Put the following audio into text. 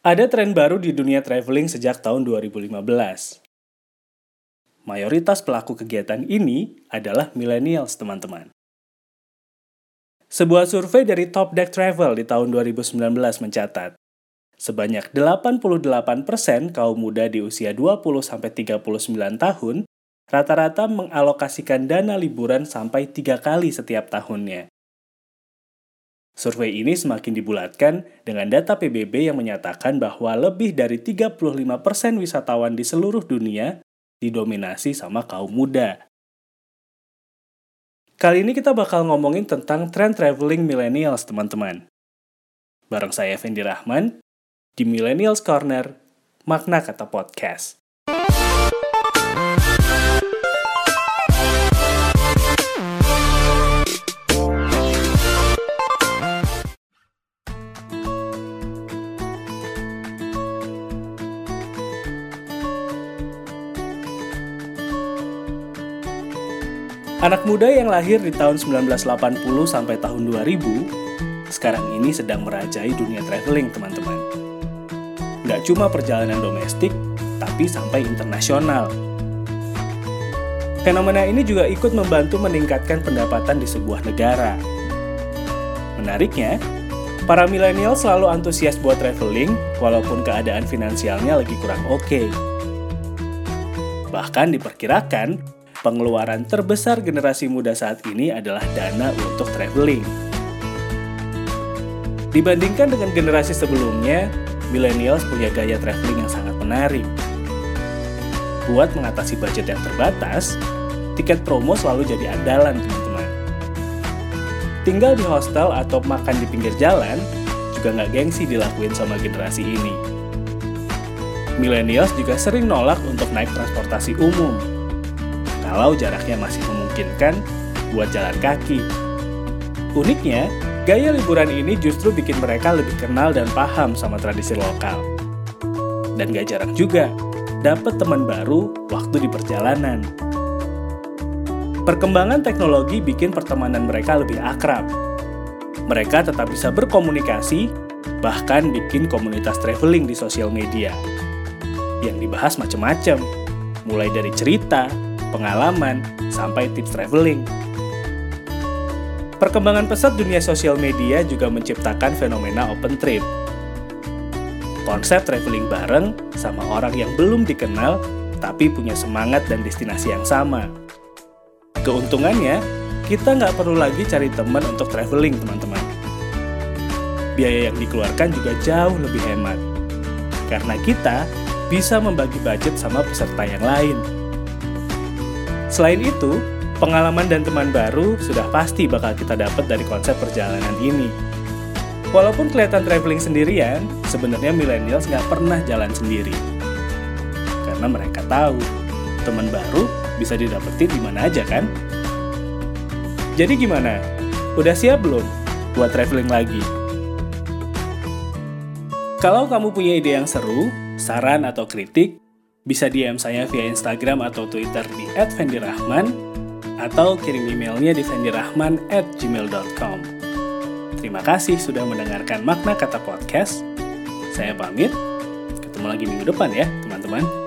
Ada tren baru di dunia traveling sejak tahun 2015. Mayoritas pelaku kegiatan ini adalah millennials, teman-teman. Sebuah survei dari Top Deck Travel di tahun 2019 mencatat, sebanyak 88% kaum muda di usia 20-39 tahun rata-rata mengalokasikan dana liburan sampai 3 kali setiap tahunnya. Survei ini semakin dibulatkan dengan data PBB yang menyatakan bahwa lebih dari 35% wisatawan di seluruh dunia didominasi sama kaum muda. Kali ini kita bakal ngomongin tentang tren traveling millennials, teman-teman. Bareng saya, Fendi Rahman, di Millennials Corner, Makna Kata Podcast. Anak muda yang lahir di tahun 1980 sampai tahun 2000, sekarang ini sedang merajai dunia traveling, teman-teman. Nggak cuma perjalanan domestik, tapi sampai internasional. Fenomena ini juga ikut membantu meningkatkan pendapatan di sebuah negara. Menariknya, para milenial selalu antusias buat traveling, walaupun keadaan finansialnya lagi kurang oke. Bahkan diperkirakan, pengeluaran terbesar generasi muda saat ini adalah dana untuk traveling. Dibandingkan dengan generasi sebelumnya, millennials punya gaya traveling yang sangat menarik. Buat mengatasi budget yang terbatas, tiket promo selalu jadi andalan, teman-teman. Tinggal di hostel atau makan di pinggir jalan juga nggak gengsi dilakuin sama generasi ini. Millennials juga sering nolak untuk naik transportasi umum, kalau jaraknya masih memungkinkan buat jalan kaki. Uniknya, gaya liburan ini justru bikin mereka lebih kenal dan paham sama tradisi lokal. Dan gak jarang juga dapat teman baru waktu di perjalanan. Perkembangan teknologi bikin pertemanan mereka lebih akrab. Mereka tetap bisa berkomunikasi, bahkan bikin komunitas traveling di sosial media. Yang dibahas macam-macam, mulai dari cerita, pengalaman, sampai tips traveling. Perkembangan pesat dunia sosial media juga menciptakan fenomena open trip. Konsep traveling bareng sama orang yang belum dikenal, tapi punya semangat dan destinasi yang sama. Keuntungannya, kita nggak perlu lagi cari teman untuk traveling, teman-teman. Biaya yang dikeluarkan juga jauh lebih hemat, karena kita bisa membagi budget sama peserta yang lain. Selain itu, pengalaman dan teman baru sudah pasti bakal kita dapat dari konsep perjalanan ini. Walaupun kelihatan traveling sendirian, sebenarnya millennials nggak pernah jalan sendiri. Karena mereka tahu, teman baru bisa didapetin di mana aja kan? Jadi gimana? Udah siap belum buat traveling lagi? Kalau kamu punya ide yang seru, saran atau kritik, bisa DM saya via Instagram atau Twitter di @fendirahman atau kirim emailnya di fendirahman@gmail.com. Terima kasih sudah mendengarkan Makna Kata Podcast. Saya pamit, ketemu lagi minggu depan ya, teman-teman.